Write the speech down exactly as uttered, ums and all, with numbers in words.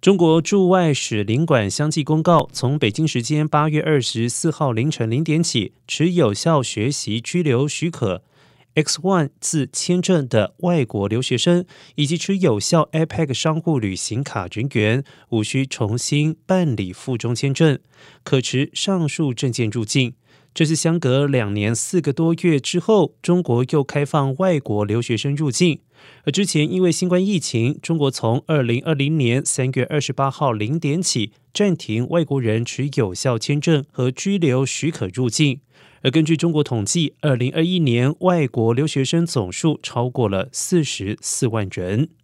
中国驻外使领馆相继公告，从北京时间八月二十四号凌晨零点起，持有效学习居留许可 X 一 字签证的外国留学生，以及持有效 A P E C 商务旅行卡人员，无需重新办理附中签证，可持上述证件入境。这是相隔两年四个多月之后，中国又开放外国留学生入境。而之前因为新冠疫情，中国从二零二零年三月二十八号零点起暂停外国人持有效签证和居留许可入境。而根据中国统计，二零二一年外国留学生总数超过了四十四万人。